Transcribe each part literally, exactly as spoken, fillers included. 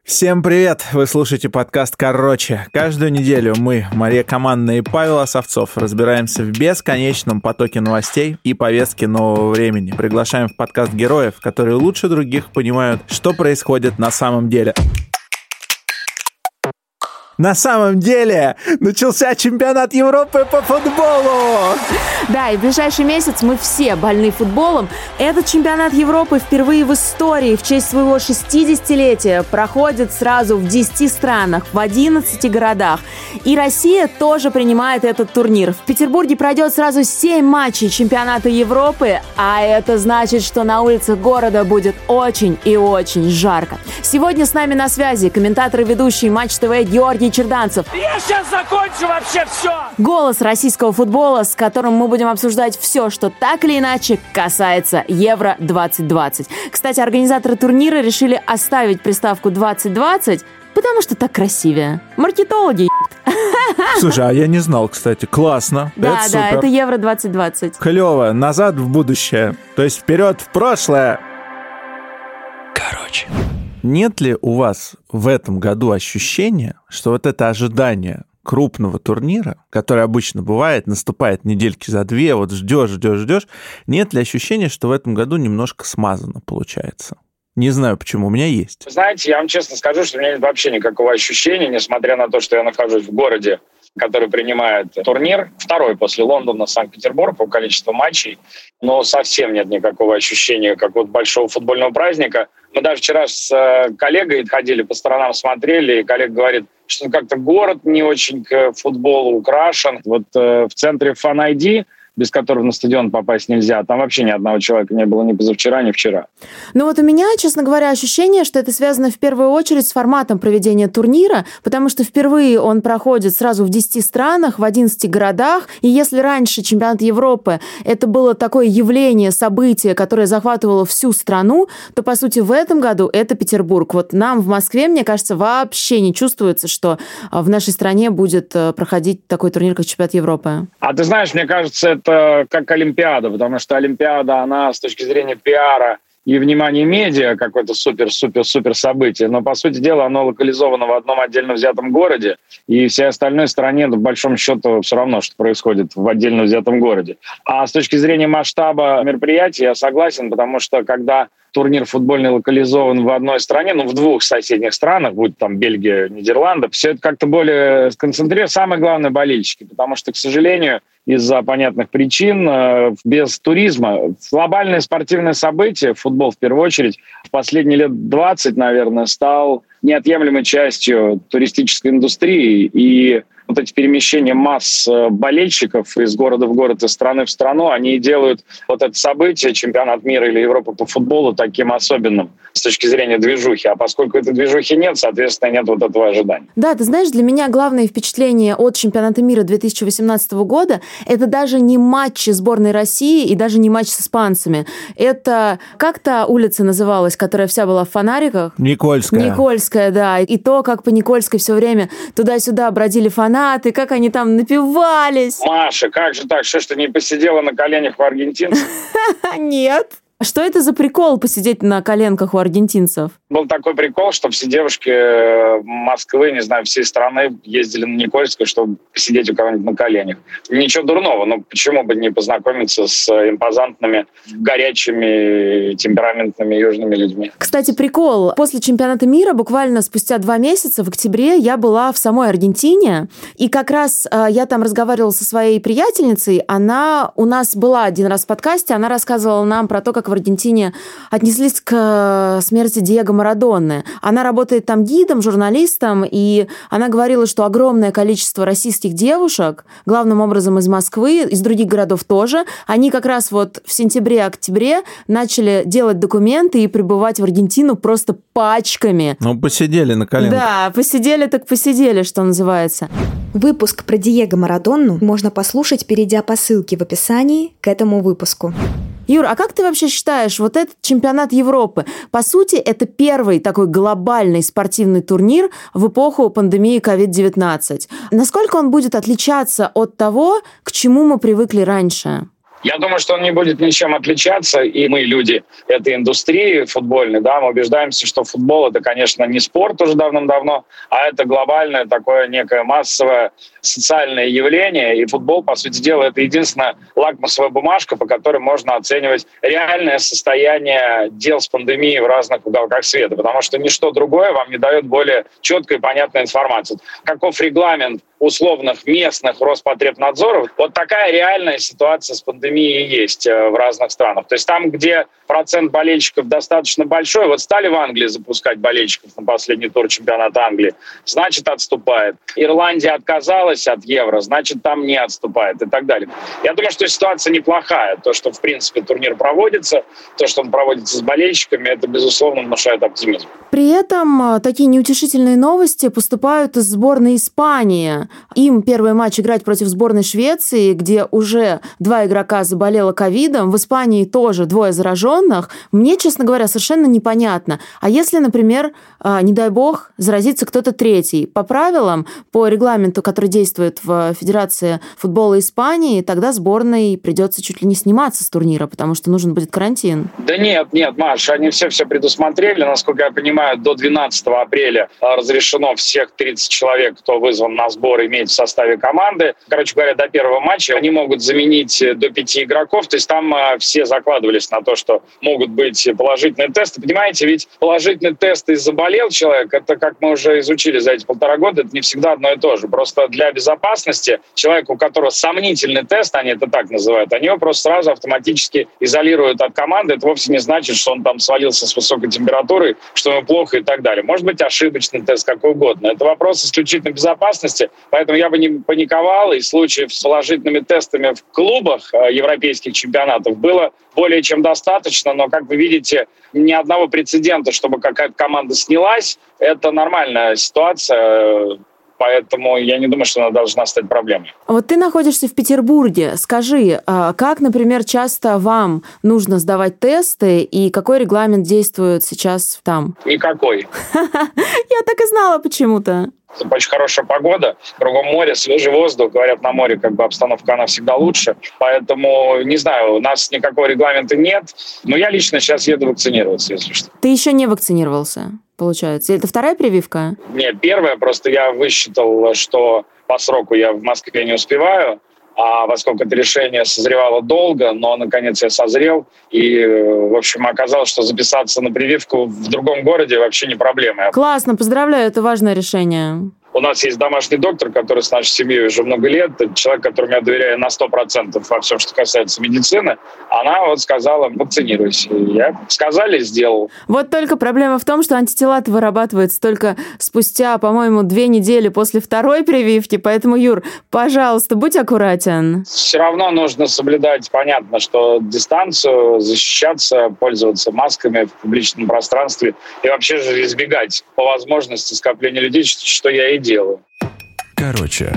Всем привет! Вы слушаете подкаст «Короче». Каждую неделю мы, Мария Командная и Павел Осовцов, разбираемся в бесконечном потоке новостей и повестки нового времени. Приглашаем в подкаст героев, которые лучше других понимают, что происходит на самом деле. На самом деле начался чемпионат Европы по футболу! Да, и в ближайший месяц мы все больны футболом. Этот чемпионат Европы впервые в истории в честь своего шестидесятилетия проходит сразу в десяти странах, в одиннадцати городах. И Россия тоже принимает этот турнир. В Петербурге пройдет сразу семь матчей чемпионата Европы, а это значит, что на улицах города будет очень и очень жарко. Сегодня с нами на связи комментатор и ведущий Матч ТВ Георгий Черданцев. Я сейчас закончу вообще все! Голос российского футбола, с которым мы будем обсуждать все, что так или иначе касается Евро двадцать двадцать. Кстати, организаторы турнира решили оставить приставку двадцать двадцать, потому что так красивее. Маркетологи, Слушай, а я не знал, кстати. Классно. Да, это да, супер. это Евро двадцать двадцать. Клево. Назад в будущее. То есть вперед в прошлое. Короче. Нет ли у вас в этом году ощущения, что вот это ожидание крупного турнира, который обычно бывает, наступает недельки за две, вот ждешь, ждешь, ждешь, нет ли ощущения, что в этом году немножко смазано получается? Не знаю почему, у меня есть. Знаете, я вам честно скажу, что у меня нет вообще никакого ощущения, несмотря на то, что я нахожусь в городе, который принимает турнир, второй после Лондона, Санкт-Петербург по количеству матчей, но совсем нет никакого ощущения какого-то большого футбольного праздника. Мы даже вчера с коллегой ходили по сторонам, смотрели, и коллега говорит, что как-то город не очень к футболу украшен. Вот в центре Fan ай ди, без которого на стадион попасть нельзя. Там вообще ни одного человека не было ни позавчера, ни вчера. Ну вот у меня, честно говоря, ощущение, что это связано в первую очередь с форматом проведения турнира, потому что впервые он проходит сразу в десяти странах, в одиннадцати городах. И если раньше чемпионат Европы это было такое явление, событие, которое захватывало всю страну, то, по сути, в этом году это Петербург. Вот нам в Москве, мне кажется, вообще не чувствуется, что в нашей стране будет проходить такой турнир, как чемпионат Европы. А ты знаешь, мне кажется, это как Олимпиада, потому что Олимпиада, она с точки зрения пиара и внимания медиа какое-то супер-супер-супер событие, но, по сути дела, оно локализовано в одном отдельно взятом городе, и всей остальной стране, по большому счету, все равно, что происходит в отдельно взятом городе. А с точки зрения масштаба мероприятия я согласен, потому что когда турнир футбольный локализован в одной стране, ну, в двух соседних странах, будь там Бельгия, Нидерланды, все это как-то более сконцентрировано. Самое главное — болельщики, потому что, к сожалению, из-за понятных причин, без туризма глобальное спортивное событие, футбол в первую очередь, в последние лет двадцать, наверное, стал неотъемлемой частью туристической индустрии, и вот эти перемещения масс болельщиков из города в город, из страны в страну, они делают вот это событие, чемпионат мира или Европы по футболу, таким особенным с точки зрения движухи. А поскольку этой движухи нет, соответственно, нет вот этого ожидания. Да, ты знаешь, для меня главное впечатление от чемпионата мира две тысячи восемнадцатого года — это даже не матчи сборной России и даже не матч с испанцами. Это как та улица называлась, которая вся была в фонариках? Никольская. Никольская, да. И то, как по Никольской все время туда-сюда бродили фанаты, как они там напивались. Маша, как же так? Что ж ты не посидела на коленях у аргентинцев? Нет. Что это за прикол посидеть на коленках у аргентинцев? Был такой прикол, что все девушки Москвы, не знаю, всей страны ездили на Никольскую, чтобы посидеть у кого-нибудь на коленях. Ничего дурного, но почему бы не познакомиться с импозантными, горячими, темпераментными южными людьми? Кстати, прикол. После чемпионата мира буквально спустя два месяца, в октябре, я была в самой Аргентине, и как раз э, я там разговаривала со своей приятельницей. Она у нас была один раз в подкасте, она рассказывала нам про то, как в Аргентине отнеслись к смерти Диего Марадоны. Она работает там гидом, журналистом, и она говорила, что огромное количество российских девушек, главным образом из Москвы, из других городов тоже, они как раз вот в сентябре-октябре начали делать документы и прибывать в Аргентину просто пачками. Ну, посидели на коленках. Да, посидели так посидели, что называется. Выпуск про Диего Марадону можно послушать, перейдя по ссылке в описании к этому выпуску. Юр, а как ты вообще считаешь, вот этот чемпионат Европы, по сути, это первый такой глобальный спортивный турнир в эпоху пандемии ковид девятнадцать. Насколько он будет отличаться от того, к чему мы привыкли раньше? Я думаю, что он не будет ничем отличаться, и мы, люди этой индустрии футбольной, да, мы убеждаемся, что футбол — это, конечно, не спорт уже давным-давно, а это глобальное такое некое массовое социальное явление, и футбол, по сути дела, это единственная лакмусовая бумажка, по которой можно оценивать реальное состояние дел с пандемией в разных уголках света, потому что ничто другое вам не дает более четкой и понятной информации. Каков регламент условных местных Роспотребнадзоров, вот такая реальная ситуация с пандемией есть в разных странах. То есть там, где процент болельщиков достаточно большой, вот стали в Англии запускать болельщиков на последний тур чемпионата Англии, значит, отступает. Ирландия отказалась от евро, значит, там не отступает и так далее. Я думаю, что ситуация неплохая. То, что, в принципе, турнир проводится, то, что он проводится с болельщиками, это, безусловно, внушает оптимизм. При этом такие неутешительные новости поступают из сборной Испании. Им первый матч играть против сборной Швеции, где уже два игрока заболело ковидом, в Испании тоже двое зараженных. Мне, честно говоря, совершенно непонятно. А если, например, не дай бог, заразится кто-то третий? По правилам, по регламенту, который действует в Федерации футбола Испании, тогда сборной придется чуть ли не сниматься с турнира, потому что нужен будет карантин. Да нет, нет, Маш, они все все предусмотрели. Насколько я понимаю, до двенадцатого апреля разрешено всех тридцать человек, кто вызван на сбор, иметь в составе команды. Короче говоря, до первого матча они могут заменить до пяти игроков. То есть там все закладывались на то, что могут быть положительные тесты. Понимаете, ведь положительный тест и заболел человек, это, как мы уже изучили за эти полтора года, это не всегда одно и то же. Просто для безопасности человека, у которого сомнительный тест, они это так называют, они его просто сразу автоматически изолируют от команды. Это вовсе не значит, что он там свалился с высокой температурой, что ему плохо и так далее. Может быть, ошибочный тест, какой угодно. Это вопрос исключительно безопасности. Поэтому я бы не паниковал, и случаев с положительными тестами в клубах европейских чемпионатов было более чем достаточно, но, как вы видите, ни одного прецедента, чтобы какая-то команда снялась, это нормальная ситуация, поэтому я не думаю, что она должна стать проблемой. Вот ты находишься в Петербурге. Скажи, как, например, часто вам нужно сдавать тесты, и какой регламент действует сейчас там? Никакой. Я так и знала почему-то. Очень хорошая погода, кругом море, свежий воздух. Говорят, на море как бы обстановка, она всегда лучше. Поэтому, не знаю, у нас никакого регламента нет. Но я лично сейчас еду вакцинироваться, если что. Ты еще не вакцинировался, получается? Это вторая прививка? Нет, первая. Просто я высчитал, что по сроку я в Москве не успеваю. А поскольку это решение созревало долго, но, наконец, я созрел. И, в общем, оказалось, что записаться на прививку в другом городе вообще не проблема. Классно, поздравляю, это важное решение. У нас есть домашний доктор, который с нашей семьей уже много лет. Это человек, которому я доверяю на сто процентов во всем, что касается медицины. Она вот сказала, вакцинируйся. Я сказали, сделал. Вот только проблема в том, что антитела-то вырабатываются только спустя, по-моему, две недели после второй прививки. Поэтому, Юр, пожалуйста, будь аккуратен. Все равно нужно соблюдать, понятно, что дистанцию, защищаться, пользоваться масками в публичном пространстве и вообще же избегать по возможности скопления людей, что я и делаю. Короче.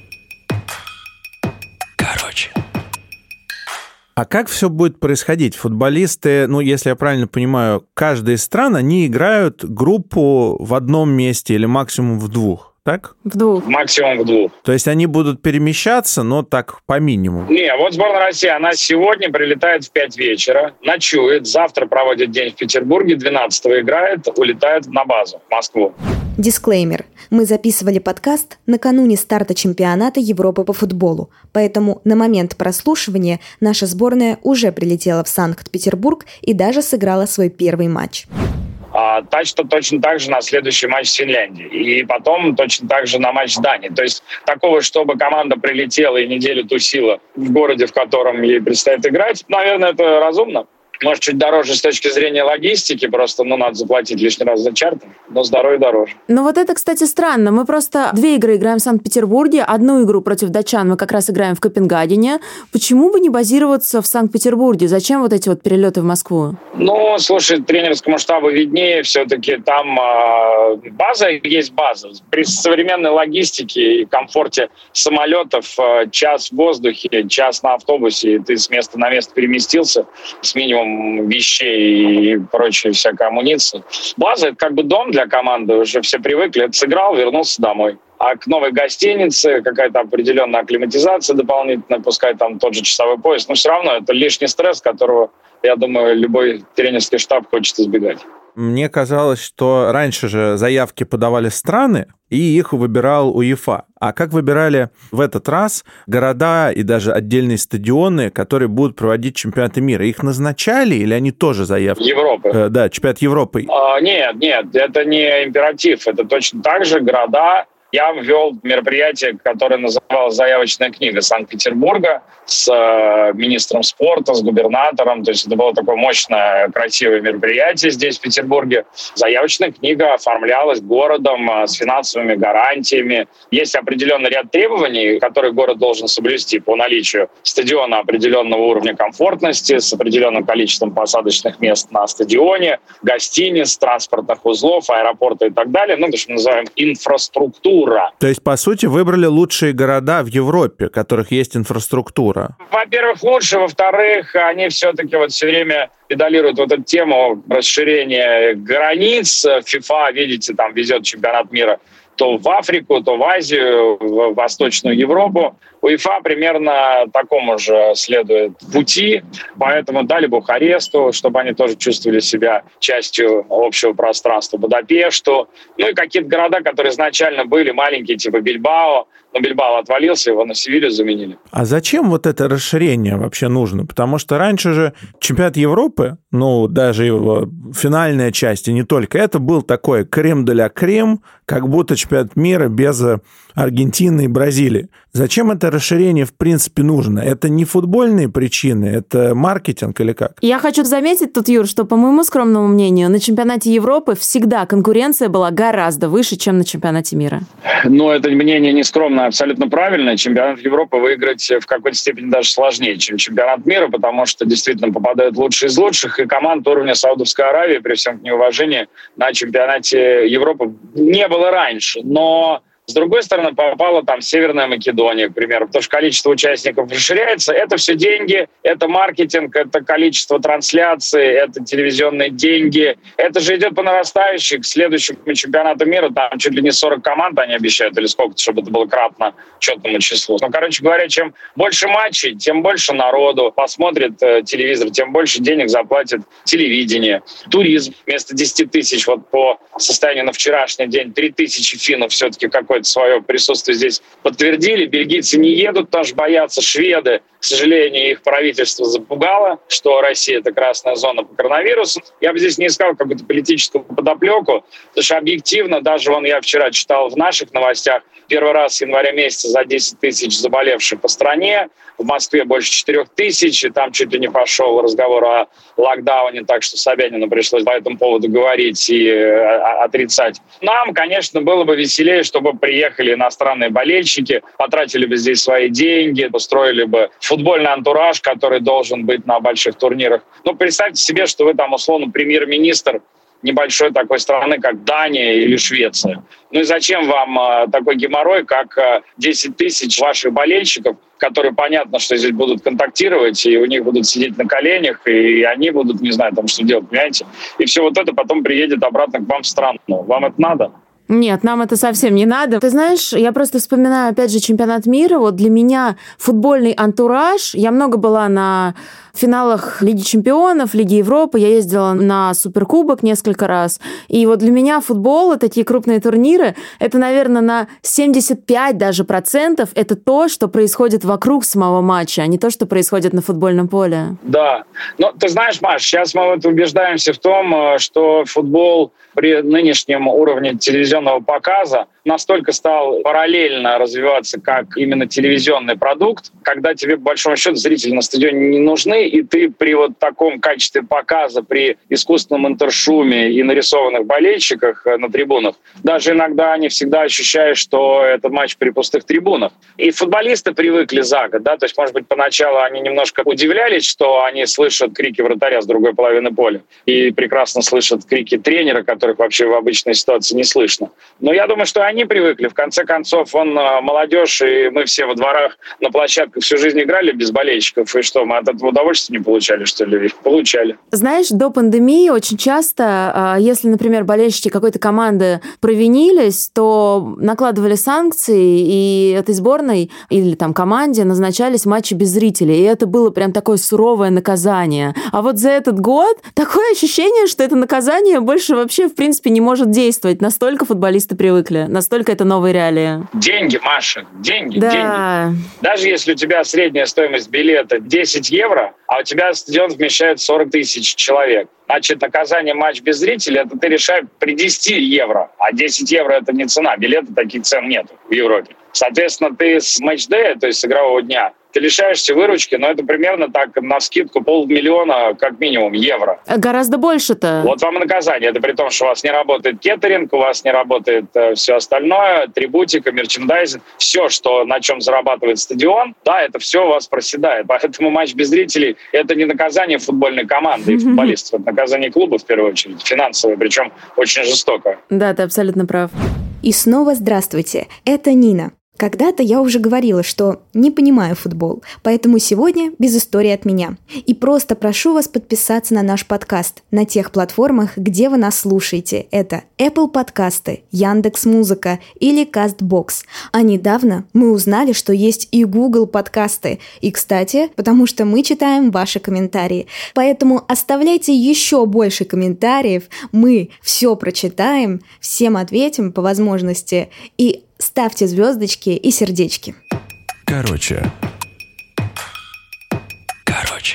Короче. А как все будет происходить? Футболисты, ну, если я правильно понимаю, каждая из стран, они играют группу в одном месте или максимум в двух, так? В двух. Максимум в двух. То есть они будут перемещаться, но так по минимуму? Не, вот сборная России, она сегодня прилетает в пять вечера, ночует, завтра проводит день в Петербурге, двенадцатого играет, улетает на базу в Москву. Дисклеймер. Мы записывали подкаст накануне старта чемпионата Европы по футболу, поэтому на момент прослушивания наша сборная уже прилетела в Санкт-Петербург и даже сыграла свой первый матч. А так-то точно так же на следующий матч с Финляндией. И потом точно так же на матч с Данией. То есть такого, чтобы команда прилетела и неделю тусила в городе, в котором ей предстоит играть, наверное, это разумно. Может, чуть дороже с точки зрения логистики, просто, ну, надо заплатить лишний раз за чартер, но здоровье дороже. Ну вот это, кстати, странно. Мы просто две игры играем в Санкт-Петербурге, одну игру против датчан мы как раз играем в Копенгагене. Почему бы не базироваться в Санкт-Петербурге? Зачем вот эти вот перелеты в Москву? Ну, слушай, тренерскому штабу виднее, все-таки там э, база есть база. При современной логистике и комфорте самолетов э, час в воздухе, час на автобусе, и ты с места на место переместился с минимумом там вещей и прочей всякой амуниции. База — это как бы дом для команды, уже все привыкли. Это сыграл, вернулся домой. А к новой гостинице какая-то определенная акклиматизация дополнительная, пускай там тот же часовой пояс, но все равно это лишний стресс, которого, я думаю, любой тренерский штаб хочет избегать. Мне казалось, что раньше же заявки подавали страны, и их выбирал УЕФА. А как выбирали в этот раз города и даже отдельные стадионы, которые будут проводить чемпионаты мира? Их назначали или они тоже заявки? Европы. Э, да, чемпионат Европы. А, нет, нет, это не императив. Это точно так же города. Я ввел мероприятие, которое называлось «Заявочная книга» Санкт-Петербурга с э, министром спорта, с губернатором. То есть это было такое мощное, красивое мероприятие здесь, в Петербурге. Заявочная книга оформлялась городом э, с финансовыми гарантиями. Есть определенный ряд требований, которые город должен соблюсти по наличию стадиона определенного уровня комфортности, с определенным количеством посадочных мест на стадионе, гостиниц, транспортных узлов, аэропорта и так далее. Ну, то, что мы называем инфраструктурой. То есть, по сути, выбрали лучшие города в Европе, в которых есть инфраструктура. Во-первых, лучше. Во-вторых, они все-таки вот все время педалируют вот эту тему расширения границ. ФИФА, видите, там везет чемпионат мира то в Африку, то в Азию, в Восточную Европу. УЕФА примерно такому же следует пути, поэтому дали Бухаресту, чтобы они тоже чувствовали себя частью общего пространства, Будапешту, ну и какие-то города, которые изначально были маленькие, типа Бильбао, но Бильбао отвалился, его на Севилью заменили. А зачем вот это расширение вообще нужно? Потому что раньше же чемпионат Европы, ну, даже его финальная часть, и не только, это был такой крем-де-ля-крем, как будто чемпионат мира без Аргентины и Бразилии. Зачем это расширение в принципе нужно? Это не футбольные причины, это маркетинг или как? Я хочу заметить тут, Юр, что, по моему скромному мнению, на чемпионате Европы всегда конкуренция была гораздо выше, чем на чемпионате мира. Ну, это мнение не скромное, абсолютно правильное. Чемпионат Европы выиграть в какой-то степени даже сложнее, чем чемпионат мира, потому что действительно попадают лучшие из лучших, и команд уровня Саудовской Аравии, при всем неуважении, на чемпионате Европы не было раньше. Но с другой стороны, попала там Северная Македония, к примеру, потому что количество участников расширяется. Это все деньги, это маркетинг, это количество трансляций, это телевизионные деньги. Это же идет по нарастающей. К следующему чемпионату мира там чуть ли не сорок команд они обещают, или сколько-то, чтобы это было кратно четному числу. Ну, короче говоря, чем больше матчей, тем больше народу посмотрит э, телевизор, тем больше денег заплатит телевидение. Туризм вместо десяти тысяч, вот по состоянию на вчерашний день, три тысячи финнов все-таки какой-то свое присутствие здесь подтвердили. Бельгийцы не едут, потому что боятся. Шведы, к сожалению, их правительство запугало, что Россия — это красная зона по коронавирусу. Я бы здесь не искал какую-то политическую подоплеку, потому что объективно, даже вон я вчера читал в наших новостях, первый раз с января месяца за десять тысяч заболевших по стране, в Москве больше четырех тысяч, и там чуть ли не пошел разговор о локдауне, так что Собянину пришлось по этому поводу говорить и э, отрицать. Нам, конечно, было бы веселее, чтобы приехали иностранные болельщики, потратили бы здесь свои деньги, устроили бы футбольный антураж, который должен быть на больших турнирах. Ну, представьте себе, что вы там, условно, премьер-министр небольшой такой страны, как Дания или Швеция. Ну и зачем вам э, такой геморрой, как э, десять тысяч ваших болельщиков, которые, понятно, что здесь будут контактировать, и у них будут сидеть на коленях, и они будут, не знаю, там что делать, понимаете? И все вот это потом приедет обратно к вам в страну. Вам это надо? Нет, нам это совсем не надо. Ты знаешь, я просто вспоминаю, опять же, чемпионат мира. Вот для меня футбольный антураж. Я много была на финалах Лиги чемпионов, Лиги Европы. Я ездила на Суперкубок несколько раз. И вот для меня футбол, такие крупные турниры, это, наверное, на семьдесят пять даже процентов это то, что происходит вокруг самого матча, а не то, что происходит на футбольном поле. Да. Но ты знаешь, Маш, сейчас мы вот убеждаемся в том, что футбол при нынешнем уровне телевизионного показа настолько стал параллельно развиваться как именно телевизионный продукт, когда тебе, по большому счету, зрители на стадионе не нужны, и ты при вот таком качестве показа, при искусственном интершуме и нарисованных болельщиках на трибунах, даже иногда не всегда ощущаешь, что этот матч при пустых трибунах. И футболисты привыкли за год, да, то есть, может быть, поначалу они немножко удивлялись, что они слышат крики вратаря с другой половины поля и прекрасно слышат крики тренера, которых вообще в обычной ситуации не слышно. безусловно. Но я думаю, что они привыкли. В конце концов, он молодежь, и мы все во дворах на площадках всю жизнь играли без болельщиков. И что, мы от этого удовольствия не получали, что ли? Получали. Знаешь, до пандемии очень часто, если, например, болельщики какой-то команды провинились, то накладывали санкции, и этой сборной или там команде назначались матчи без зрителей. И это было прям такое суровое наказание. А вот за этот год такое ощущение, что это наказание больше вообще, в принципе, не может действовать. Настолько футболисты привыкли, настолько это новые реалии. Деньги, Маша, деньги, да. деньги. Даже если у тебя средняя стоимость билета десять евро, а у тебя стадион вмещает сорок тысяч человек, значит, наказание матч без зрителей, это ты решаешь при десяти евро. А десять евро – это не цена. Билета таких цен нет в Европе. Соответственно, ты с матч-дэя, то есть с игрового дня, ты лишаешься выручки, но это примерно так, навскидку, полмиллиона, как минимум, евро. Гораздо больше-то. Вот вам и наказание. Это при том, что у вас не работает кеттеринг, у вас не работает э, все остальное, атрибутика, мерчендайзинг, все, что, на чем зарабатывает стадион, да, это все у вас проседает. Поэтому матч без зрителей – это не наказание футбольной команды и футболистов, это наказание клуба, в первую очередь, финансовое, причем очень жестокое. Да, ты абсолютно прав. И снова здравствуйте, это Нина. Когда-то я уже говорила, что не понимаю футбол, поэтому сегодня без истории от меня. И просто прошу вас подписаться на наш подкаст на тех платформах, где вы нас слушаете. Это Apple подкасты, Яндекс.Музыка или Castbox. А недавно мы узнали, что есть и Google подкасты. И, кстати, потому что мы читаем ваши комментарии. Поэтому оставляйте еще больше комментариев, мы все прочитаем, всем ответим по возможности и ставьте звездочки и сердечки. Короче. Короче.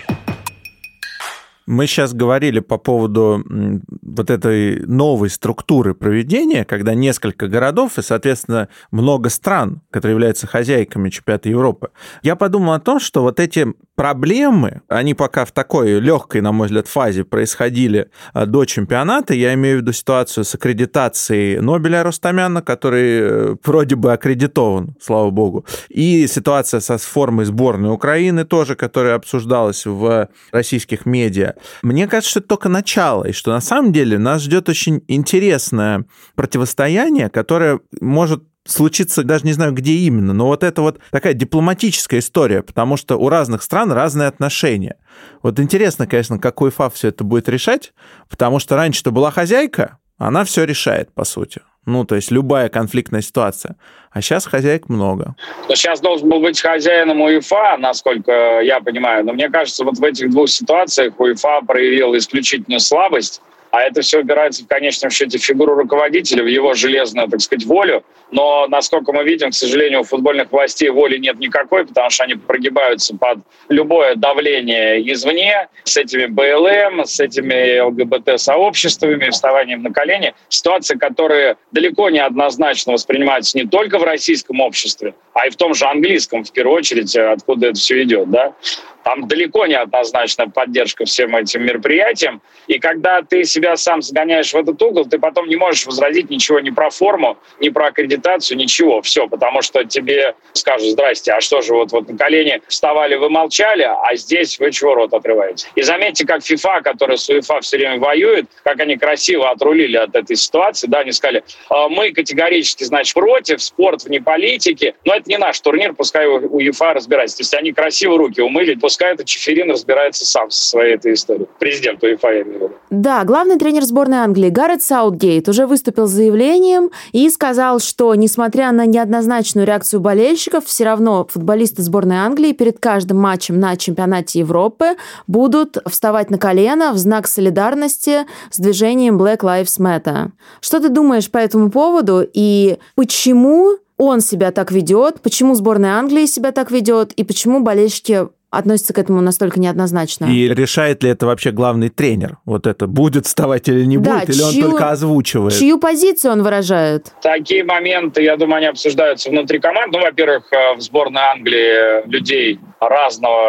Мы сейчас говорили по поводу вот этой новой структуры проведения, когда несколько городов и, соответственно, много стран, которые являются хозяйками чемпионата Европы. Я подумал о том, что вот эти проблемы, они пока в такой легкой, на мой взгляд, фазе происходили до чемпионата. Я имею в виду ситуацию с аккредитацией Нобеля Рустамяна, который вроде бы аккредитован, слава богу, и ситуация со формой сборной Украины тоже, которая обсуждалась в российских медиа. Мне кажется, что это только начало, и что на самом деле нас ждет очень интересное противостояние, которое может случиться, даже не знаю, где именно, но вот это вот такая дипломатическая история, потому что у разных стран разные отношения. Вот интересно, конечно, как УЕФА все это будет решать, потому что раньше-то была хозяйка, она все решает, по сути. Ну, то есть любая конфликтная ситуация. А сейчас хозяек много. Но сейчас должен был быть хозяином УЕФА, насколько я понимаю. Но мне кажется, вот в этих двух ситуациях УЕФА проявил исключительную слабость. А это все упирается в конечном счете в фигуру руководителя, в его железную, так сказать, волю. Но, насколько мы видим, к сожалению, у футбольных властей воли нет никакой, потому что они прогибаются под любое давление извне, с этими БЛМ, с этими ЛГБТ-сообществами, вставанием на колени. Ситуации, которые далеко не однозначно воспринимаются не только в российском обществе, а и в том же английском, в первую очередь, откуда это все идет, да. Там далеко не однозначная поддержка всем этим мероприятиям. И когда ты себя сам загоняешь в этот угол, ты потом не можешь возразить ничего ни про форму, ни про аккредитацию, ничего. Все, потому что тебе скажут: здрасте, а что же, вот, вот на колени вставали, вы молчали, а здесь вы чего рот отрываете? И заметьте, как ФИФА, которая с УЕФА все время воюет, как они красиво отрулили от этой ситуации. Да, они сказали: мы категорически, значит, против, спорт вне политики, но это не наш турнир, пускай УЕФА разбирается. То есть они красиво руки умыли, пускай этот Чеферин разбирается сам со своей этой историей. Президент УЕФА, я имею в виду. Да, главный тренер сборной Англии Гарет Саутгейт уже выступил с заявлением и сказал, что, несмотря на неоднозначную реакцию болельщиков, все равно футболисты сборной Англии перед каждым матчем на чемпионате Европы будут вставать на колено в знак солидарности с движением Black Lives Matter. Что ты думаешь по этому поводу и почему он себя так ведет, почему сборная Англии себя так ведет и почему болельщики относится к этому настолько неоднозначно. И решает ли это вообще главный тренер? Вот это будет вставать или не да, будет, или чью, он только озвучивает? Чью позицию он выражает? Такие моменты, я думаю, они обсуждаются внутри команд. Ну, во-первых, в сборной Англии людей разного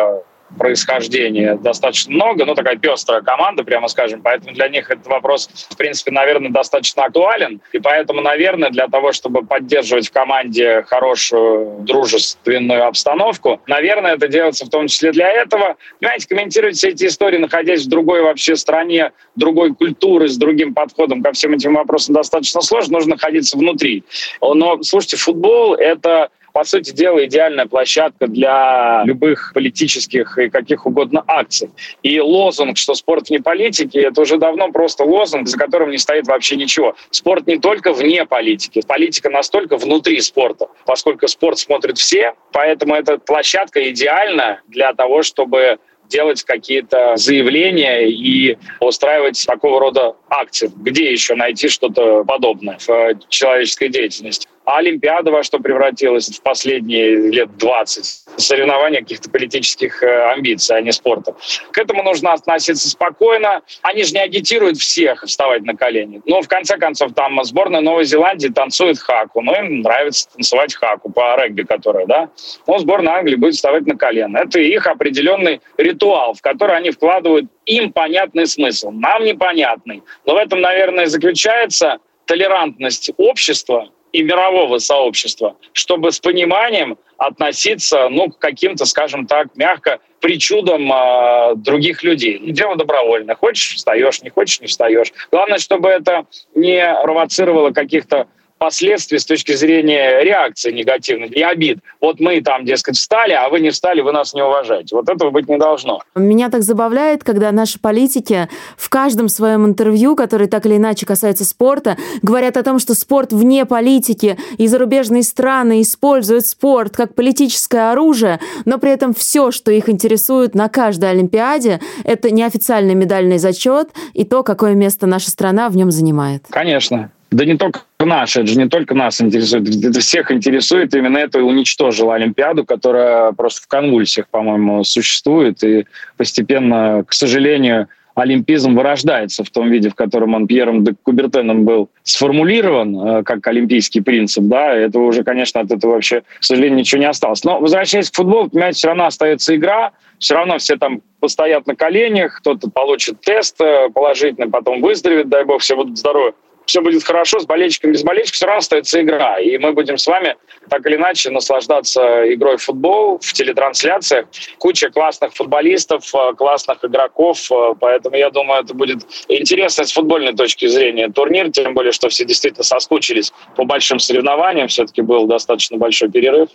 происхождения достаточно много, ну, такая пестрая команда, прямо скажем, поэтому для них этот вопрос, в принципе, наверное, достаточно актуален, и поэтому, наверное, для того, чтобы поддерживать в команде хорошую дружественную обстановку, наверное, это делается в том числе для этого. Понимаете, комментировать все эти истории, находясь в другой вообще стране, другой культуры, с другим подходом ко всем этим вопросам достаточно сложно, нужно находиться внутри. Но, слушайте, футбол — это, по сути дела, идеальная площадка для любых политических и каких угодно акций. И лозунг, что спорт вне политики, это уже давно просто лозунг, за которым не стоит вообще ничего. Спорт не только вне политики, политика настолько внутри спорта, поскольку спорт смотрят все, поэтому эта площадка идеальна для того, чтобы делать какие-то заявления и устраивать такого рода акции. Где еще найти что-то подобное в человеческой деятельности? А Олимпиада во что превратилась в последние лет двадцать? Соревнования каких-то политических амбиций, а не спорта. К этому нужно относиться спокойно. Они же не агитируют всех вставать на колени. Но, в конце концов, там сборная Новой Зеландии танцует хаку. Ну, им нравится танцевать хаку по регби, которая, да. Но сборная Англии будет вставать на колено. Это их определенный ритуал, в который они вкладывают им понятный смысл. Нам непонятный. Но в этом, наверное, заключается толерантность общества и мирового сообщества, чтобы с пониманием относиться, ну, к каким-то, скажем так, мягко, причудам э, других людей. Дело добровольное. Хочешь — встаешь, не хочешь — не встаешь. Главное, чтобы это не провоцировало каких-то последствий с точки зрения реакции негативной и обид. Вот мы там, дескать, встали, а вы не встали, вы нас не уважаете. Вот этого быть не должно. Меня так забавляет, когда наши политики в каждом своем интервью, которые так или иначе касаются спорта, говорят о том, что спорт вне политики, и зарубежные страны используют спорт как политическое оружие, но при этом все, что их интересует на каждой Олимпиаде, это неофициальный медальный зачет и то, какое место наша страна в нем занимает. Конечно. Да не только нас, это же не только нас интересует, это всех интересует. Именно это и уничтожило Олимпиаду, которая просто в конвульсиях, по-моему, существует. И постепенно, к сожалению, олимпизм вырождается в том виде, в котором он Пьером де Кубертеном был сформулирован, как олимпийский принцип. Да, этого уже, конечно, от этого вообще, к сожалению, ничего не осталось. Но, возвращаясь к футболу, понимаете, все равно остается игра, все равно все там постоят на коленях, кто-то получит тест положительный, потом выздоровеет, дай бог, все будут здоровы. Все будет хорошо, с болельщиками, без болельщиков, все равно остается игра. И мы будем с вами так или иначе наслаждаться игрой в футбол, в телетрансляциях. Куча классных футболистов, классных игроков. Поэтому, я думаю, это будет интересно с футбольной точки зрения турнир. Тем более, что все действительно соскучились по большим соревнованиям. Все-таки был достаточно большой перерыв.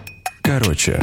Короче.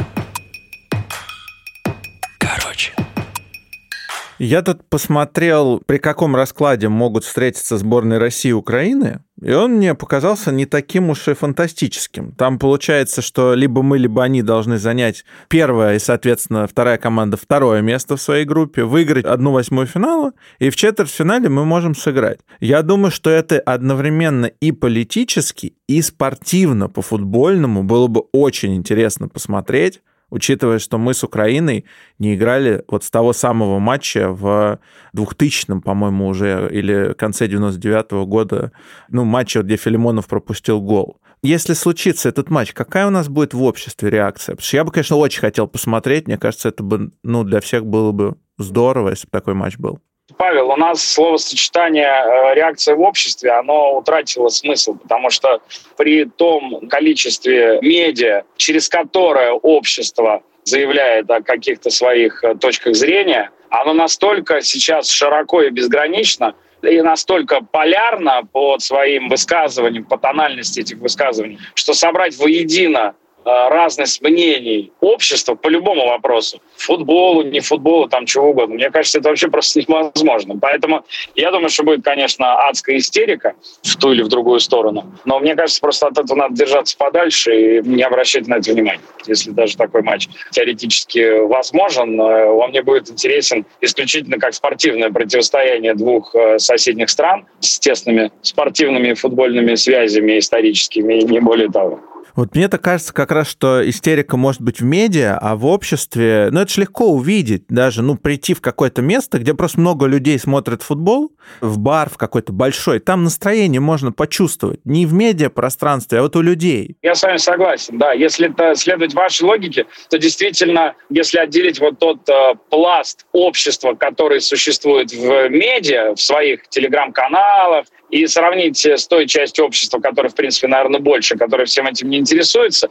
Короче. Я тут посмотрел, при каком раскладе могут встретиться сборные России и Украины, и он мне показался не таким уж и фантастическим. Там получается, что либо мы, либо они должны занять первое и, соответственно, вторая команда второе место в своей группе, выиграть одну восьмую финала, и в четвертьфинале мы можем сыграть. Я думаю, что это одновременно и политически, и спортивно, по-футбольному было бы очень интересно посмотреть, учитывая, что мы с Украиной не играли вот с того самого матча в двухтысячном, по-моему, уже, или конце девяносто девятого года, ну, матча, где Филимонов пропустил гол. Если случится этот матч, какая у нас будет в обществе реакция? Потому что я бы, конечно, очень хотел посмотреть, мне кажется, это бы, ну, для всех было бы здорово, если бы такой матч был. Павел, у нас словосочетание «реакция в обществе», оно утратило смысл, потому что при том количестве медиа, через которое общество заявляет о каких-то своих точках зрения, оно настолько сейчас широко и безгранично, и настолько полярно по своим высказываниям, по тональности этих высказываний, что собрать воедино разность мнений общества по любому вопросу, футболу, не футболу, там чего угодно, мне кажется, это вообще просто невозможно. Поэтому я думаю, что будет, конечно, адская истерика в ту или в другую сторону, но мне кажется, просто от этого надо держаться подальше и не обращать на это внимания. Если даже такой матч теоретически возможен, он мне будет интересен исключительно как спортивное противостояние двух соседних стран с тесными спортивными и футбольными связями историческими, и не более того. Вот мне так кажется как раз, что истерика может быть в медиа, а в обществе, ну, это же легко увидеть, даже, ну, прийти в какое-то место, где просто много людей смотрят футбол, в бар в какой-то большой, там настроение можно почувствовать. Не в медиапространстве, а вот у людей. Я с вами согласен, да. Если это следовать вашей логике, то действительно, если отделить вот тот э, пласт общества, который существует в медиа, в своих телеграм-каналах, и сравнить с той частью общества, которая, в принципе, наверное, больше, которая всем этим не интересуется,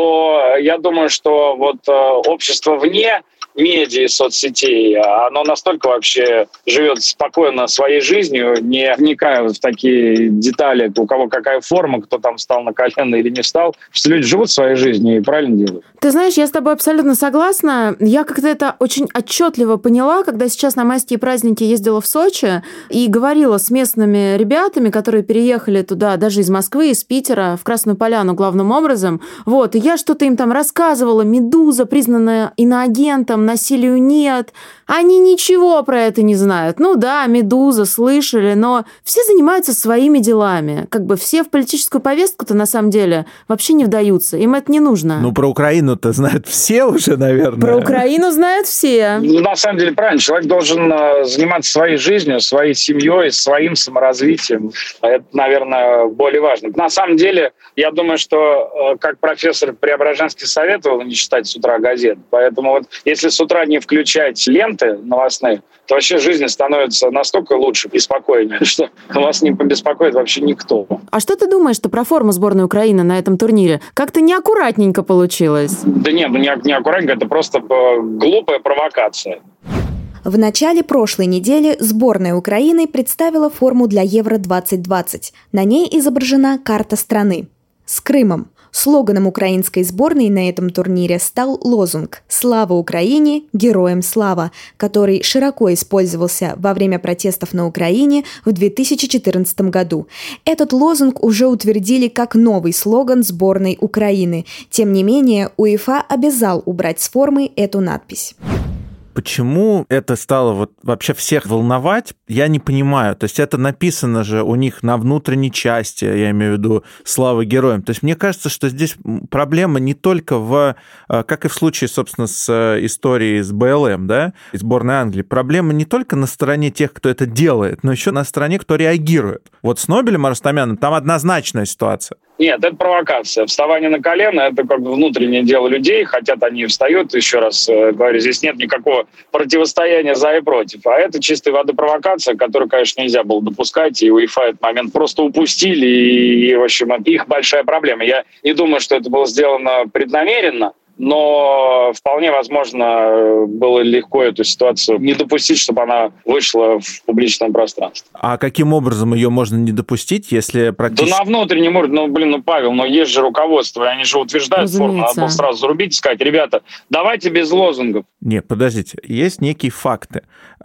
то я думаю, что вот э, общество вне медиа и соцсетей, оно настолько вообще живет спокойно своей жизнью, не вникая в такие детали, у кого какая форма, кто там встал на колено или не встал. Что люди живут своей жизнью и правильно делают. Ты знаешь, я с тобой абсолютно согласна. Я как-то это очень отчетливо поняла, когда сейчас на майские праздники ездила в Сочи и говорила с местными ребятами, которые переехали туда даже из Москвы, из Питера, в Красную Поляну главным образом. Вот, и я что-то им там рассказывала. «Медуза» признана иноагентом, насилию нет. Они ничего про это не знают. Ну да, «Медуза», слышали, но все занимаются своими делами. Как бы все в политическую повестку-то на самом деле вообще не вдаются. Им это не нужно. Ну, про Украину-то знают все уже, наверное. Про Украину знают все. Ну, на самом деле, правильно. Человек должен заниматься своей жизнью, своей семьей, своим саморазвитием. Это, наверное, более важно. На самом деле, я думаю, что как профессор Преображенский советовал не читать с утра газет. Поэтому вот если с утра не включать ленты новостные, то вообще жизнь становится настолько лучше и спокойнее, что вас не побеспокоит вообще никто. А что ты думаешь-то про форму сборной Украины на этом турнире? Как-то неаккуратненько получилось. Да нет, ну не, не аккуратненько, это просто глупая провокация. В начале прошлой недели сборная Украины представила форму для Евро двадцать двадцать. На ней изображена карта страны. С Крымом. Слоганом украинской сборной на этом турнире стал лозунг «Слава Украине! Героям слава!», который широко использовался во время протестов на Украине в две тысячи четырнадцатом году. Этот лозунг уже утвердили как новый слоган сборной Украины. Тем не менее, УЕФА обязал убрать с формы эту надпись. Почему это стало вот вообще всех волновать, я не понимаю. То есть это написано же у них на внутренней части, я имею в виду «Слава героям». То есть мне кажется, что здесь проблема не только в, как и в случае, собственно, с историей с БЛМ, да, и сборной Англии, проблема не только на стороне тех, кто это делает, но еще на стороне, кто реагирует. Вот с Нобелем Арустамяном там однозначная ситуация. Нет, это провокация. Вставание на колено – это как бы внутреннее дело людей. Хотят они встают, еще раз говорю, здесь нет никакого противостояния за и против. А это чистой воды провокация, которую, конечно, нельзя было допускать. И УЕФА этот момент просто упустили. И, и в общем, их большая проблема. Я не думаю, что это было сделано преднамеренно. Но вполне возможно было легко эту ситуацию не допустить, чтобы она вышла в публичное пространство. А каким образом ее можно не допустить, если практически... Да на внутреннем уровне, ну, блин, ну, Павел, но есть же руководство, и они же утверждают форму, надо было сразу зарубить и сказать, ребята, давайте без лозунгов. Нет, подождите, есть некие факты.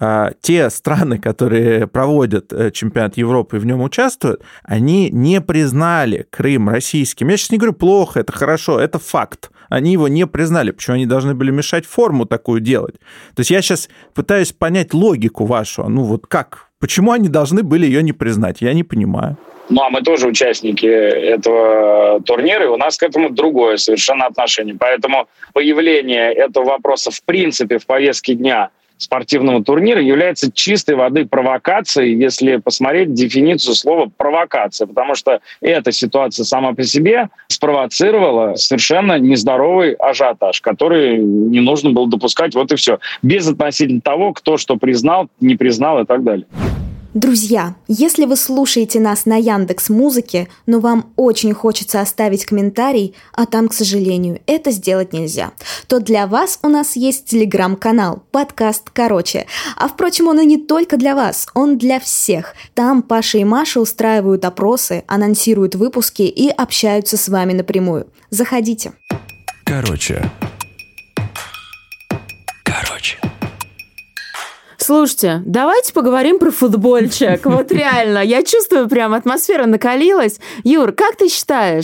Те страны, которые проводят чемпионат Европы и в нем участвуют, они не признали Крым российским. Я сейчас не говорю плохо, это хорошо, это факт. Они его не признали. Почему они должны были мешать форму такую делать? То есть я сейчас пытаюсь понять логику вашу. Ну вот как? Почему они должны были ее не признать? Я не понимаю. Ну, а мы тоже участники этого турнира, и у нас к этому другое совершенно отношение. Поэтому появление этого вопроса в принципе в повестке дня спортивного турнира является чистой воды провокацией, если посмотреть дефиницию слова «провокация», потому что эта ситуация сама по себе спровоцировала совершенно нездоровый ажиотаж, который не нужно было допускать, вот и все. Без относительно того, кто что признал, не признал и так далее. Друзья, если вы слушаете нас на Яндекс.Музыке, но вам очень хочется оставить комментарий, а там, к сожалению, это сделать нельзя, то для вас у нас есть телеграм-канал, подкаст «Короче». А впрочем, он и не только для вас, он для всех. Там Паша и Маша устраивают опросы, анонсируют выпуски и общаются с вами напрямую. Заходите. Короче. Короче. Слушайте, давайте поговорим про футбольчик. Вот реально, я чувствую, прям атмосфера накалилась. Юр, как ты считаешь,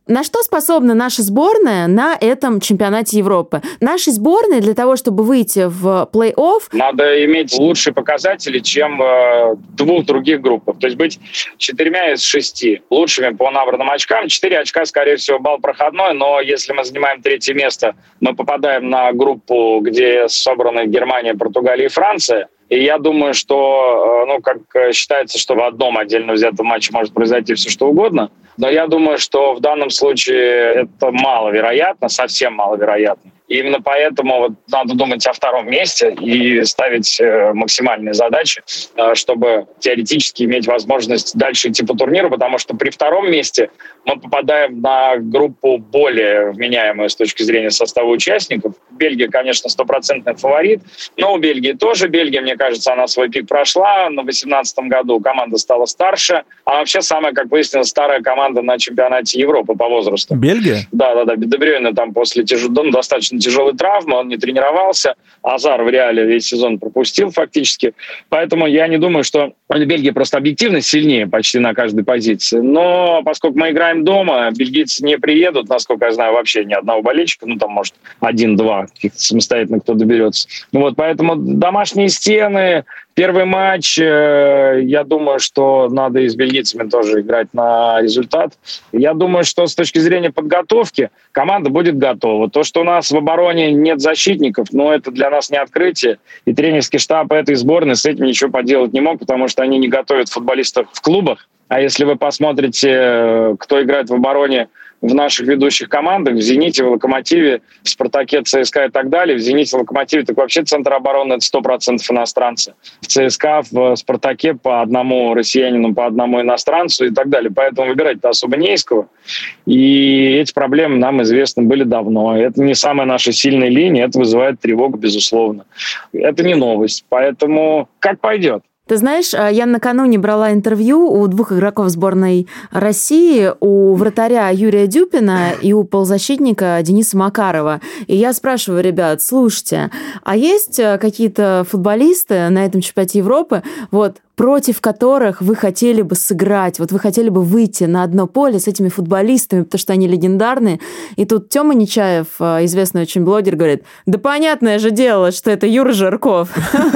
На что способна наша сборная на этом чемпионате Европы? Нашей сборной для того, чтобы выйти в плей-офф... Надо иметь лучшие показатели, чем в двух других группах. То есть быть четырьмя из шести лучшими по набранным очкам. Четыре очка, скорее всего, балл проходной, но если мы занимаем третье место, мы попадаем на группу, где собраны Германия, Португалия и Франция. И я думаю, что, ну, как считается, что в одном отдельно взятом матче может произойти все что угодно. Но я думаю, что в данном случае это маловероятно, совсем маловероятно. И именно поэтому вот надо думать о втором месте и ставить максимальные задачи, чтобы теоретически иметь возможность дальше идти по турниру, потому что при втором месте мы попадаем на группу более вменяемую с точки зрения состава участников. Бельгия, конечно, стопроцентный фаворит, но у Бельгии тоже. Бельгия, мне кажется, она свой пик прошла. На две тысячи восемнадцатом году команда стала старше, а вообще самая, как выяснилось, старая команда на чемпионате Европы по возрасту. Бельгия? Да-да-да, Де Брюйне там после тяж... ну, достаточно тяжелой травмы, он не тренировался. Азар в Реале весь сезон пропустил фактически. Поэтому я не думаю, что Бельгия просто объективно сильнее почти на каждой позиции. Но поскольку мы играем дома, бельгийцы не приедут, насколько я знаю, вообще ни одного болельщика. Ну, там, может, один-два самостоятельно кто доберется. Вот, поэтому домашние стены, первый матч, э, я думаю, что надо и с бельгийцами тоже играть на результат. Я думаю, что с точки зрения подготовки команда будет готова. То, что у нас в обороне нет защитников, ну, это для нас не открытие. И тренерский штаб этой сборной с этим ничего поделать не мог, потому что они не готовят футболистов в клубах. А если вы посмотрите, кто играет в обороне в наших ведущих командах, в «Зените», в «Локомотиве», в «Спартаке», ЦСКА и так далее. В «Зените», в «Локомотиве» так вообще центр обороны — это сто процентов иностранцы. В ЦСКА, в «Спартаке» по одному россиянину, по одному иностранцу и так далее. Поэтому выбирать-то особо не из кого. И эти проблемы нам известны были давно. Это не самая наша сильная линия, это вызывает тревогу, безусловно. Это не новость. Поэтому как пойдет. Ты знаешь, я накануне брала интервью у двух игроков сборной России, у вратаря Юрия Дюпина и у полузащитника Дениса Макарова. И я спрашиваю ребят, слушайте, а есть какие-то футболисты на этом чемпионате Европы, вот, против которых вы хотели бы сыграть, вот вы хотели бы выйти на одно поле с этими футболистами, потому что они легендарные. И тут Тёма Нечаев, известный очень блогер, говорит, да понятное же дело, что это Юра Жирков.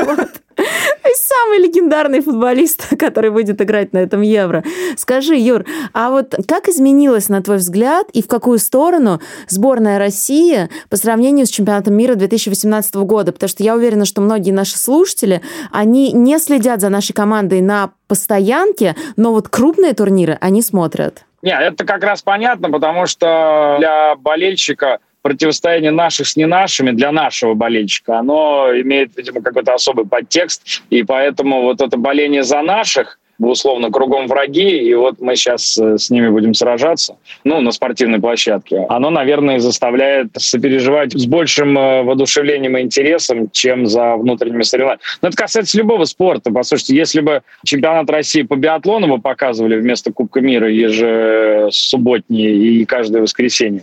Самый легендарный футболист, который будет играть на этом Евро. Скажи, Юр, а вот как изменилась, на твой взгляд, и в какую сторону сборная России по сравнению с чемпионатом мира две тысячи восемнадцатого года? Потому что я уверена, что многие наши слушатели, они не следят за нашей командой на постоянке, но вот крупные турниры они смотрят. Нет, это как раз понятно, потому что для болельщика противостояние наших с не нашими для нашего болельщика, оно имеет, видимо, какой-то особый подтекст, и поэтому вот это боление за наших, условно, кругом враги, и вот мы сейчас с ними будем сражаться, ну, на спортивной площадке. Оно, наверное, заставляет сопереживать с большим воодушевлением и интересом, чем за внутренними соревнованиями. Но это касается любого спорта. Послушайте, если бы чемпионат России по биатлону бы показывали вместо Кубка мира ежесубботние и каждое воскресенье,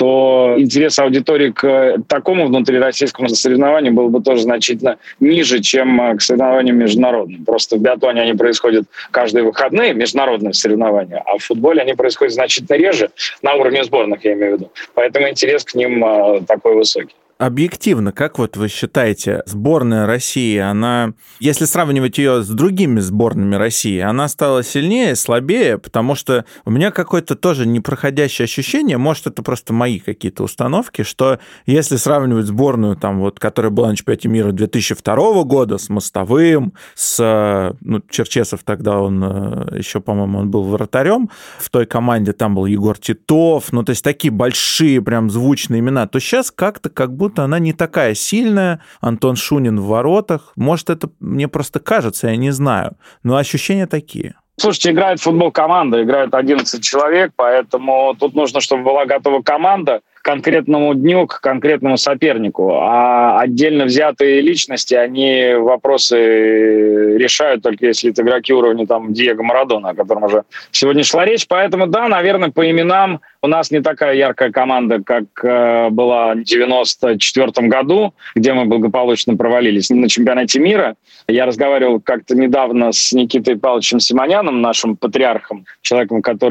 то интерес аудитории к такому внутрироссийскому соревнованию был бы тоже значительно ниже, чем к соревнованиям международным. Просто в биатлоне они происходят каждые выходные, международные соревнования, а в футболе они происходят значительно реже, на уровне сборных, я имею в виду. Поэтому интерес к ним а, такой высокий. Объективно, как вот вы считаете, сборная России, она, если сравнивать ее с другими сборными России, она стала сильнее, слабее? Потому что у меня какое-то тоже непроходящее ощущение, может, это просто мои какие-то установки, что если сравнивать сборную, там, вот, которая была на чемпионате мира две тысячи второго года с Мостовым, с, ну, Черчесов тогда он еще, по-моему, он был вратарем, в той команде там был Егор Титов, ну, то есть такие большие, прям звучные имена, то сейчас как-то как будто будто она не такая сильная. Антон Шунин в воротах. Может, это мне просто кажется, я не знаю. Но ощущения такие. Слушайте, играет в футбол команда, играет одиннадцать человек, поэтому тут нужно, чтобы была готова команда к конкретному дню, к конкретному сопернику. А отдельно взятые личности, они вопросы решают только если это игроки уровня там Диего Марадона, о котором уже сегодня шла речь. Поэтому, да, наверное, по именам у нас не такая яркая команда, как э, была в девяносто четвёртом году, где мы благополучно провалились на чемпионате мира. Я разговаривал как-то недавно с Никитой Павловичем Симоняном, нашим патриархом, человеком, который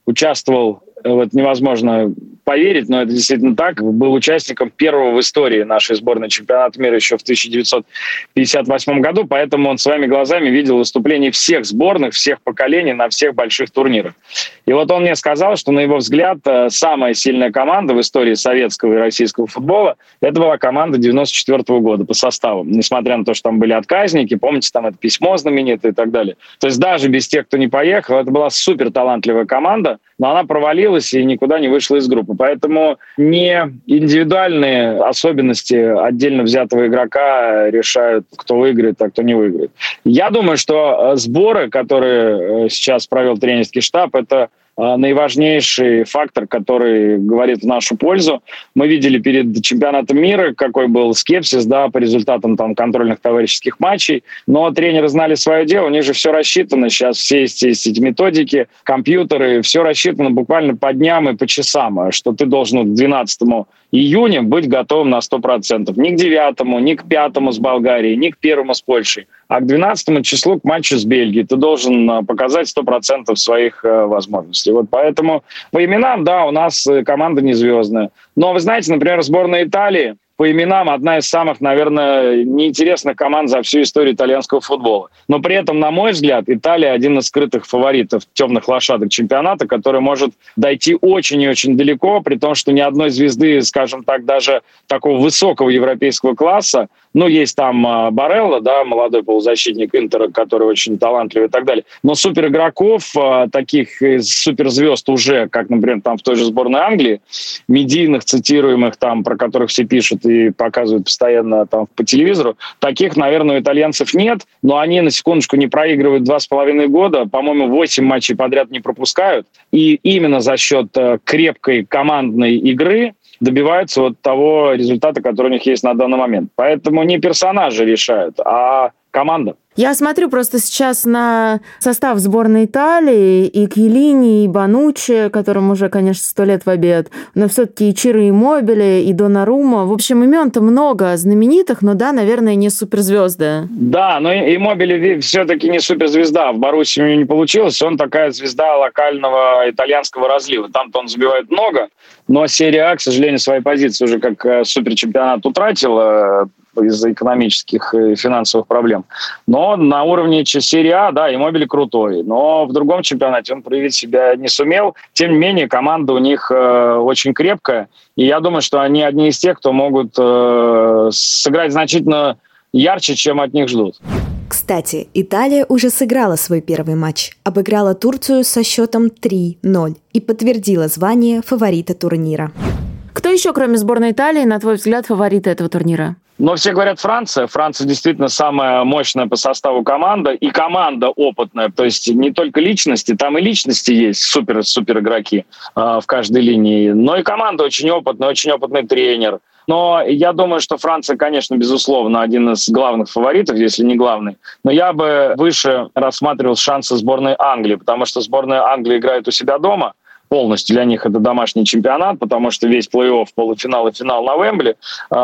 участвовал, вот невозможно поверить, но это действительно так, был участником первого в истории нашей сборной чемпионата мира еще в тысяча девятьсот пятьдесят восьмом году, поэтому он своими глазами видел выступления всех сборных, всех поколений на всех больших турнирах. И вот он мне сказал, что, на его взгляд, самая сильная команда в истории советского и российского футбола — это была команда девяносто четвёртого года по составу. Несмотря на то, что там были отказники, помните, там это письмо знаменитое и так далее. То есть даже без тех, кто не поехал, это была супер талантливая команда, но она провалилась и никуда не вышла из группы. Поэтому не индивидуальные особенности отдельно взятого игрока решают, кто выиграет, а кто не выиграет. Я думаю, что сборы, которые сейчас провел тренерский штаб, это наиважнейший фактор, который говорит в нашу пользу. Мы видели перед чемпионатом мира, какой был скепсис, да, по результатам там контрольных товарищеских матчей, но тренеры знали свое дело, у них же все рассчитано, сейчас все эти, эти методики, компьютеры, все рассчитано буквально по дням и по часам, что ты должен к двенадцатому июня быть готовым на сто процентов. Ни к девятому, ни к пятому с Болгарией, ни к первому с Польшей, а к двенадцатому числу к матчу с Бельгией ты должен показать сто процентов своих э, возможностей. Вот поэтому по именам, да, у нас команда не звездная. Но вы знаете, например, сборная Италии по именам одна из самых, наверное, неинтересных команд за всю историю итальянского футбола. Но при этом, на мой взгляд, Италия один из скрытых фаворитов темных лошадок чемпионата, который может дойти очень и очень далеко, при том, что ни одной звезды, скажем так, даже такого высокого европейского класса, ну, есть там э, Барелла, да, молодой полузащитник Интера, который очень талантливый и так далее. Но суперигроков, э, таких из суперзвезд уже, как, например, там в той же сборной Англии, медийных, цитируемых там, про которых все пишут и показывают постоянно там по телевизору, таких, наверное, у итальянцев нет, но они, на секундочку, не проигрывают два с половиной года, по-моему, восемь матчей подряд не пропускают, и именно за счет э, крепкой командной игры добиваются вот того результата, который у них есть на данный момент. Поэтому не персонажи решают, а команда. Я смотрю просто сейчас на состав сборной Италии, и Кьелини, и Бонуччи, которым уже, конечно, сто лет в обед, но все-таки и Чиро Иммобиле, и Донарума. В общем, имен-то много знаменитых, но да, наверное, не суперзвезды. Да, но Иммобиле все-таки не суперзвезда. В Боруссии у него не получилось. Он такая звезда локального итальянского разлива. Там-то он забивает много, но серия А, к сожалению, свои позиции уже как суперчемпионат утратила из-за экономических и финансовых проблем. Но на уровне серии А, да, Иммобиле крутой. Но в другом чемпионате он проявить себя не сумел. Тем не менее, команда у них э, очень крепкая. И я думаю, что они одни из тех, кто могут э, сыграть значительно ярче, чем от них ждут. Кстати, Италия уже сыграла свой первый матч, обыграла Турцию со счетом три ноль и подтвердила звание фаворита турнира. Кто еще, кроме сборной Италии, на твой взгляд, фавориты этого турнира? Но все говорят Франция. Франция действительно самая мощная по составу команда. И команда опытная. То есть не только личности, там и личности есть, супер-супер игроки э, в каждой линии. Но и команда очень опытная, очень опытный тренер. Но я думаю, что Франция, конечно, безусловно, один из главных фаворитов, если не главный. Но я бы выше рассматривал шансы сборной Англии, потому что сборная Англии играет у себя дома. Полностью для них это домашний чемпионат, потому что весь плей-офф, полуфинал и финал на Уэмбли.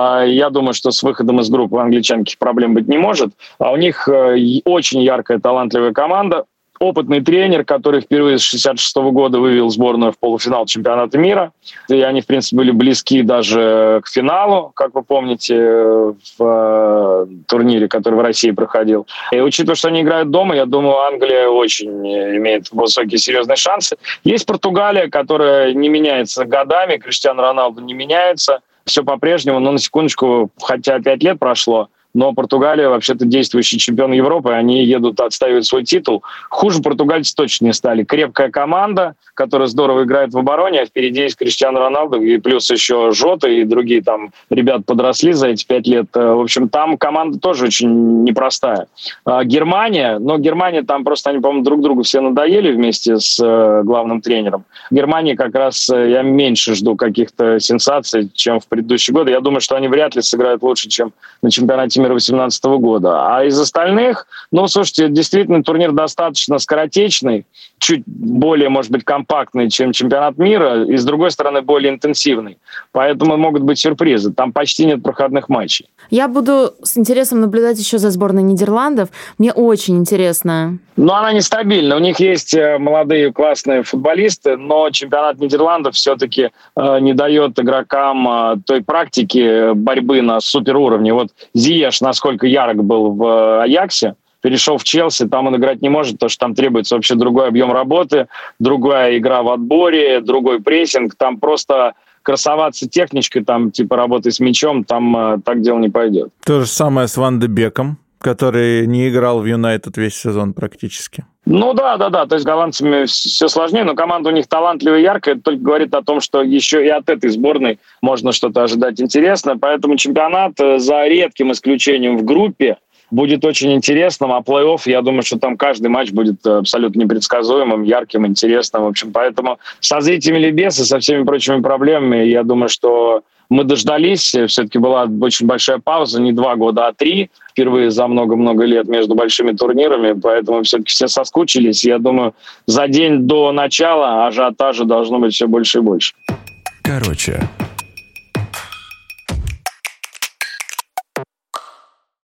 Я думаю, что с выходом из группы у англичан никаких проблем быть не может. А у них очень яркая, талантливая команда. Опытный тренер, который впервые с шестьдесят шестого года вывел сборную в полуфинал чемпионата мира. И они, в принципе, были близки даже к финалу, как вы помните, в турнире, который в России проходил. И учитывая, что они играют дома, я думаю, Англия очень имеет высокие, серьезные шансы. Есть Португалия, которая не меняется годами, Криштиану Роналду не меняется. Все по-прежнему, но на секундочку, хотя пять лет прошло, но Португалия вообще-то действующий чемпион Европы, они едут отстаивать свой титул. Хуже португальцы точно не стали. Крепкая команда, которая здорово играет в обороне, а впереди есть Криштиану Роналду, и плюс еще Жота, и другие там ребят подросли за эти пять лет. В общем, там команда тоже очень непростая. Германия, но Германия там просто, они, по-моему, друг другу все надоели вместе с главным тренером. Германии как раз я меньше жду каких-то сенсаций, чем в предыдущие годы. Я думаю, что они вряд ли сыграют лучше, чем на чемпионате мира мира две тысячи восемнадцатого года. А из остальных, ну, слушайте, действительно, турнир достаточно скоротечный, чуть более, может быть, компактный, чем чемпионат мира, и, с другой стороны, более интенсивный. Поэтому могут быть сюрпризы. Там почти нет проходных матчей. Я буду с интересом наблюдать еще за сборной Нидерландов. Мне очень интересно. Но она нестабильна. У них есть молодые классные футболисты, но чемпионат Нидерландов все-таки э, не дает игрокам э, той практики борьбы на суперуровне. Вот Зиеш, насколько ярок был в Аяксе, перешел в Челси, там он играть не может, потому что там требуется вообще другой объем работы, другая игра в отборе, другой прессинг. Там просто красоваться техничкой, там типа работы с мячом, там э, так дело не пойдет. То же самое с Ван де Беком, который не играл в Юнайтед весь сезон практически. Ну да, да, да. То есть голландцами все сложнее, но команда у них талантливая и яркая. Это только говорит о том, что еще и от этой сборной можно что-то ожидать интересное. Поэтому чемпионат, за редким исключением в группе, будет очень интересным, а плей-офф, я думаю, что там каждый матч будет абсолютно непредсказуемым, ярким, интересным. В общем, поэтому со зрителями или без, и со всеми прочими проблемами, я думаю, что мы дождались. Все-таки была очень большая пауза, не два года, а три. Впервые за много-много лет между большими турнирами, поэтому все-таки все соскучились. Я думаю, за день до начала ажиотажа должно быть все больше и больше. Короче.